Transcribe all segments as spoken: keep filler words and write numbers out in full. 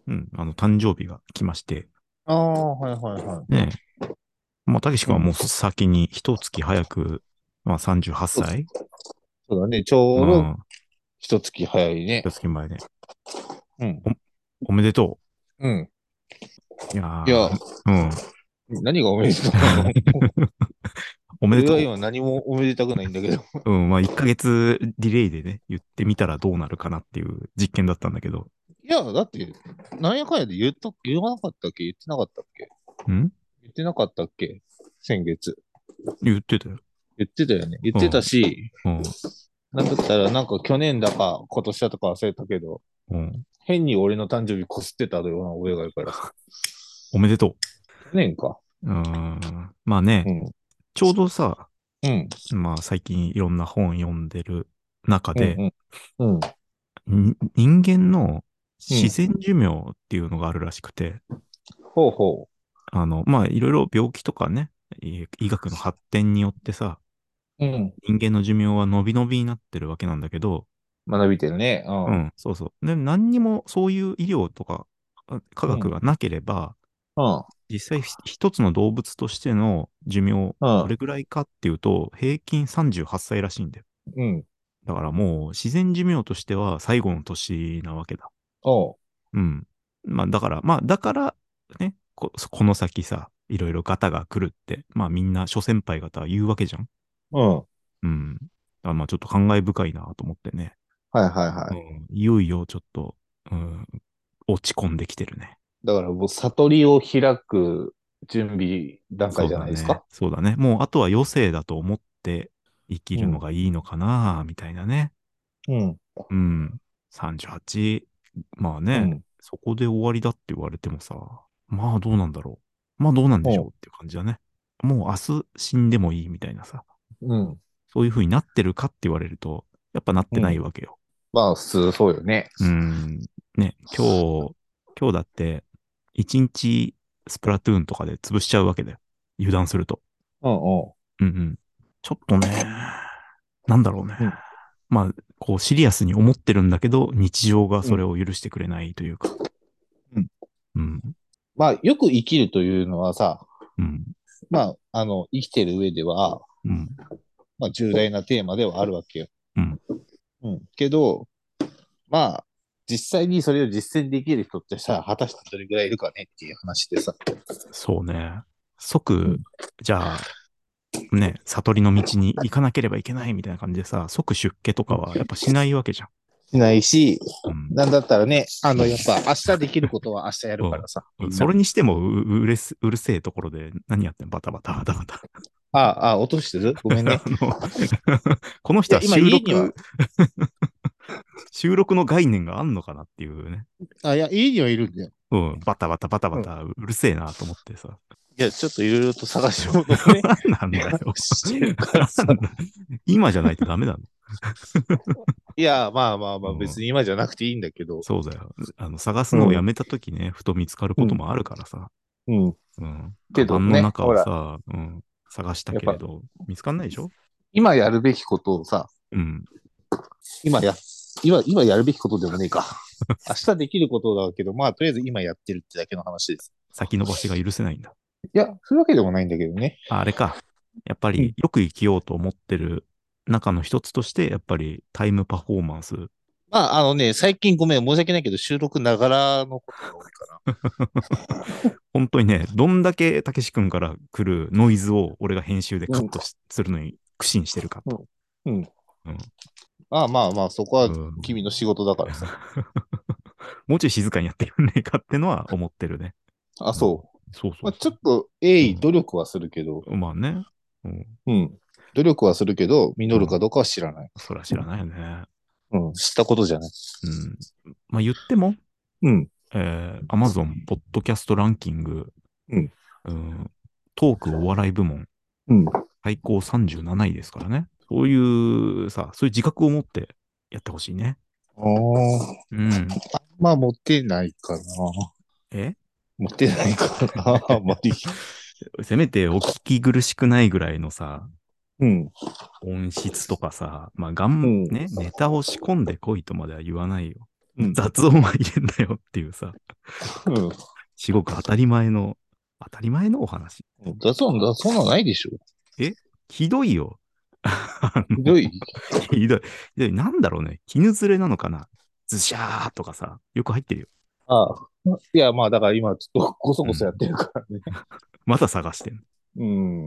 うん、あの、誕生日が来まして、 ああ、はいはいはい。 ねえ、まあ、たけし君はもううん。 先に一月早く、まあ、38 そう歳そうだね。ちょうどうん、 一月早いね。 一月前で。 うん。 お、おめでとうん。 う。いやいや、 ー、うん。 何がおめでとうなの？ おめでと俺は今何もおめでたくないんだけど。 う。うん、まあ、いっかげつディレイでね、言ってみたらどうなるかなっていう実験だったんだけど。 いや、だって、なんやかんやで言っと、言わなかったっけ？言ってなかったっけ？ ん言ってなかったっけ？先月。 言ってたよ。 言ってたよね。言ってたうん、 し、 うん、 なんだったらなんか去年だか今年だとか忘れたけど、 うん。 変に俺の誕生日こすってたような親がいるからさ。 おめでと去年か。 う。うん。まあね、 うん。 ちょうどさ、 うん。 まあ最近いろんな本読んでる中で、 うん。うん。うん。 ん人間の自うん。 然寿命っていうのがあるらしくて、 ほうほあの、まあいろいろ病気とかね、い医学の発展によってさ、 う。うん。 人間の寿命は伸び伸びになってるわけなんだけど、 学びてるね。 うん、そうそう。で、何にもそういう医療とかあ科うん。うん。 学がなければ、 うん。 実際ひ一つの動物としての寿命、 うん。 どれぐらいかっていうと、平均さんじゅうはっさいらしいんだよ。 うん。 だからもう自然寿命としては最後の年なわけだ。 おう。 うん。まあだから、まあだからね、こ、この先さ、いろいろガタが来るって、まあみんな諸先輩方は言うわけじゃん。 うん。 うん。だからまあちょっと感慨深いなと思ってね。 はいはいはい。 うん。いよいよちょっと、うん、落ち込んできてるね。 だからもう悟りを開く準備段階そうじゃだね。 ないですか。 そうだね。もうあとは余生だと思って生きるのうん。 がいいのかな、みたいなね。 うん。 うん。さんじゅうはち、まあね、 うん。 そこで終わりだって言われてもさ、まあどうなんだろう。まあどうなんでしおう。 ょうっていう感じだね。もう明日死んでもいいみたいなさ、 うん。 そういう風になってるかって言われると、やっぱなってないうん。 わけよ。 まあ、普通そうよね。 うん。ね、今日、今日だって、一日スプラトゥーンとかで潰しちゃうわけだよ。油断すると。 うんううんうん。ちょっとね、なんだろうね。 ん。うん。 まあ、こうシリアスに思ってるんだけど、日常がうん。 それを許してくれないというか。 うん。 うん。 まあ、よく生きるというのはさ、 うん。 まあ、あの、生きてる上では、 うん。 まあ、重大なテーマではあるわけよ。 うん。 うん。けど、まあ、実際にそれを実践できる人ってさ、果たしてどれぐらいいるかねっていう話でさ。 そうね。即、 うん。 じゃあ、ね、悟りの道に行かなければいけないみたいな感じでさ、即出家とかはやっぱしないわけじゃん。 しないし、 うん。 なんだったらね、あの、やっぱ明日できることは明日やるからさ、 うん。 みんな。 それにしてもう、うれす、うるせえところで何やってんバタバタバタバタ。 ああ、ああ、落としてるごめんね。 あのこのいや、 人は今家には、 収録、収録の概念があんのかなっていうね。 あ、いや、家にはいるんだよ。 うん、バタバタバタバうん。 タ、うるせえなと思ってさ。 いや、ちょっといろいろと探し物をね、 なんだよ。 してるからさ。 なんだ今じゃないとダメなの。 いや、まあまあまあ、別うん、 に今じゃなくていいんだけど。 そうだよ。あの、探すうん。 のをやめたときね、ふと見つかるうん。 こともあるからさ。 うん。 うん。カけバンのどね、ほら、 中をさ、うん、探したやっぱ、 けれど、見つかんないでしょ？ 今やるべきことをさ、 うん。 今や、今、今やるべきことでもねえか。明日できることだけど、まあ、とりあえず今やってるってだけの話です。 先延ばしが許せないんだ。 いや、そういうわけでもないんだけどね。 あ、あれか。やっぱうん。 り、よく生きようと思ってる中の一つとして、やっぱりタイムパフォーマンス。 まあ、あのね、最近ごめん、申し訳ないけど、収録ながらのことが多いかな。 本当にね、どんだけたけし君から来るノイズを俺が編集でうん。 カットしするのに苦心してるかと。 うん。うん。 うん。 まあまあまあ、そこはうん。 君の仕事だからさ。 もうちょい静かにやってくんねえかってのは思ってるね。 あ、 うん。 そう。まあ、 そうそうそちょっと、鋭意う。 努力はするけど、 うん。まあね。うん。 うん。努力はするけど、実うん。 るかどうかは知らない。 そら知らないよね。 うん。知ったことじゃない。 うん。まあ言っても、 うん。 えー、Amazon ポッドキャストランキング、 うん。 うん、トークお笑い部門、 うん。 最高さんじゅうなないですからね。そういうさ、そういう自覚を持ってやってほしいね。 ああ。 うん。 まあ、持ってないかな。 え持ってないかな。あんまり。 せめてお聞き苦しくないぐらいのさ、 うん。 音質とかさ、まあ、がん、 うん。 ね、ネタを仕込んでこいとまでは言わないよ。 うん。 雑音は入れんなよっていうさ、 うん。 すごく当たり前の、当たり前のお話。 雑音だ、そんなのないでしょ。 えひどいよ。あの、 ひどい。 ひどい。ひどい。なんだろうね。絹ずれなのかな。ズシャーとかさ、よく入ってるよ。 ああ。いや、まあ、だから今、ちょっとこそうん。 こそやってるからね。 まだ探してんの。 うん。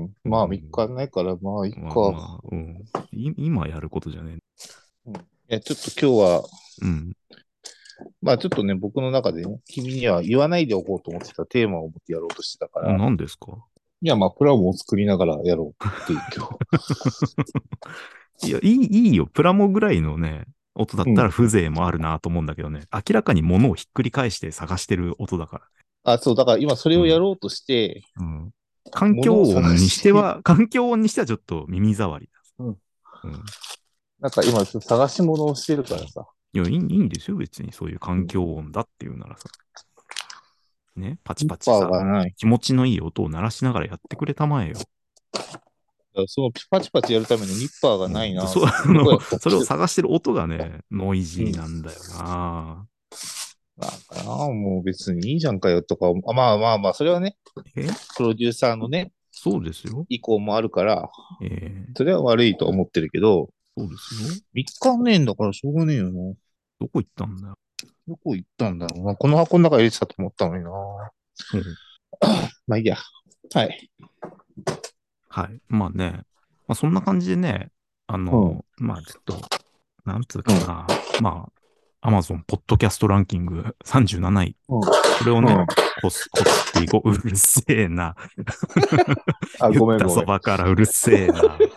うまあ、みっかん。 ないから、まあ、いっまあか。 まあ、うん。い今やることじゃねうん。いや、ちょっと今日は、 え。うん。 まあ、ちょっとね、僕の中でね、君には言わないでおこうと思ってたテーマを持ってやろうとしてたから、 何ですか？ いや、まあ、プラモを作りながらやろうっていう、今日。 いや、いい、いいよ。プラモぐらいのね、音だっうん。 たら風情もあるなと思うんだけどね。明らかに物をひっくり返して探してる音だから。 あ、そう、だから今それをやうん。 ろうとして、 うん。環境物を探音にしてして、 は、環境音にしてはちょっと耳障りだ。 うん。 うん。 なんか今、探し物をしてるからさ。 いや、いい、いいんですよ。別にそういう環うん。 境音だっていうならさ。ね。パチニッパーパチさ、 がない。 気持ちのいい音を鳴らしながらやってくれたまえよ。 そのパチパチやるためのニッパーがうん。 ないな。 そう、あの、 どこやったっそれをけ。 探してる音がね、ノイジうん。 ーなんだよな。 なんかな、もう別にいいじゃんかよとか、あまあまあまあ、それはね、 えプロデューサーのね、 そうですよ。 意向もあるから、 えー、 それは悪いと思ってるけど、 そうですよ。 みっかねえんだからしょうがねえよな。 どこ行ったんだよ。 どこ行ったんだろうな。この箱の中に入れてたと思ったのにな。 うん。 まあいいや。はい。 はい。まあね、まあそんな感じでね、あうん。うん。 の、まあちょっと、なんつうかな、まあ、アマゾンポッドキャストランキングさんじゅうなない。 うん。 これをね、 うん。 こす、こすっていこう。うるせえな。 あ、 言ったそごめんごめん。 ばからうるせえな。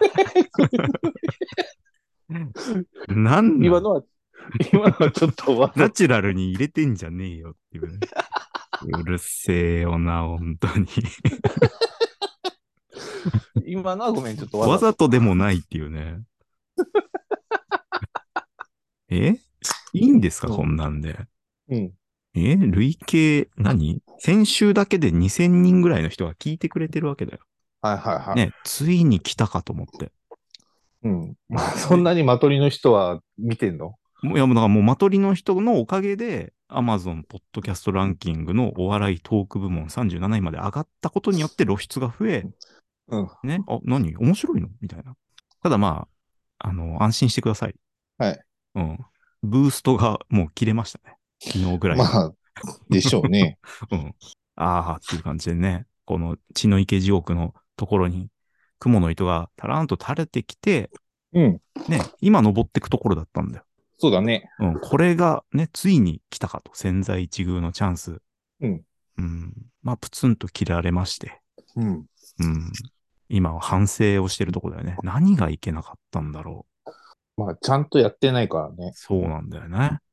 なんなん？ 今のは、今のはちょっとわざと、 ナチュラルに入れてんじゃねえよっていうね。うるせえよな、本当に。 今のはごめん、ちょっとわざと。 わざとでもないっていうね。えいいんですか、 うん。 こんなんで。 うん。 え累計何、先週だけでにせんにんぐらいの人が聞いてくれてるわけだよ。 はいはいはね、ついに来たかと思って。 い。うん。まあ、 うん。 そんで、 なにマトリの人は見てんの？ もういや、もうだからもうマトリの人のおかげで、Amazon ポッドキャストランキングのお笑いトーク部門さんじゅうなないまで上がったことによって露出が増え、 うん。 ね、あ、何面白いのみたいな。ただまあ、あの、安心してください。 はい。 うん。ブーストがもう切れましたね。昨日ぐらいに。 まあ、でしょうね。 うん。ああっていう感じでね、この血の池地獄のところに雲の糸がタラーンと垂れてきて、 うん。 ね、今登ってくところだったんだよ。 そうだね。 うん。これがね、ついに来たかと。千載一遇のチャンス。 うん。 うん。まあ、プツンと切られまして。 うん。 うん。今は反省をしてるところだよね。何がいけなかったんだろう。 まあ、ちゃんとやってないからね。 そうなんだよね。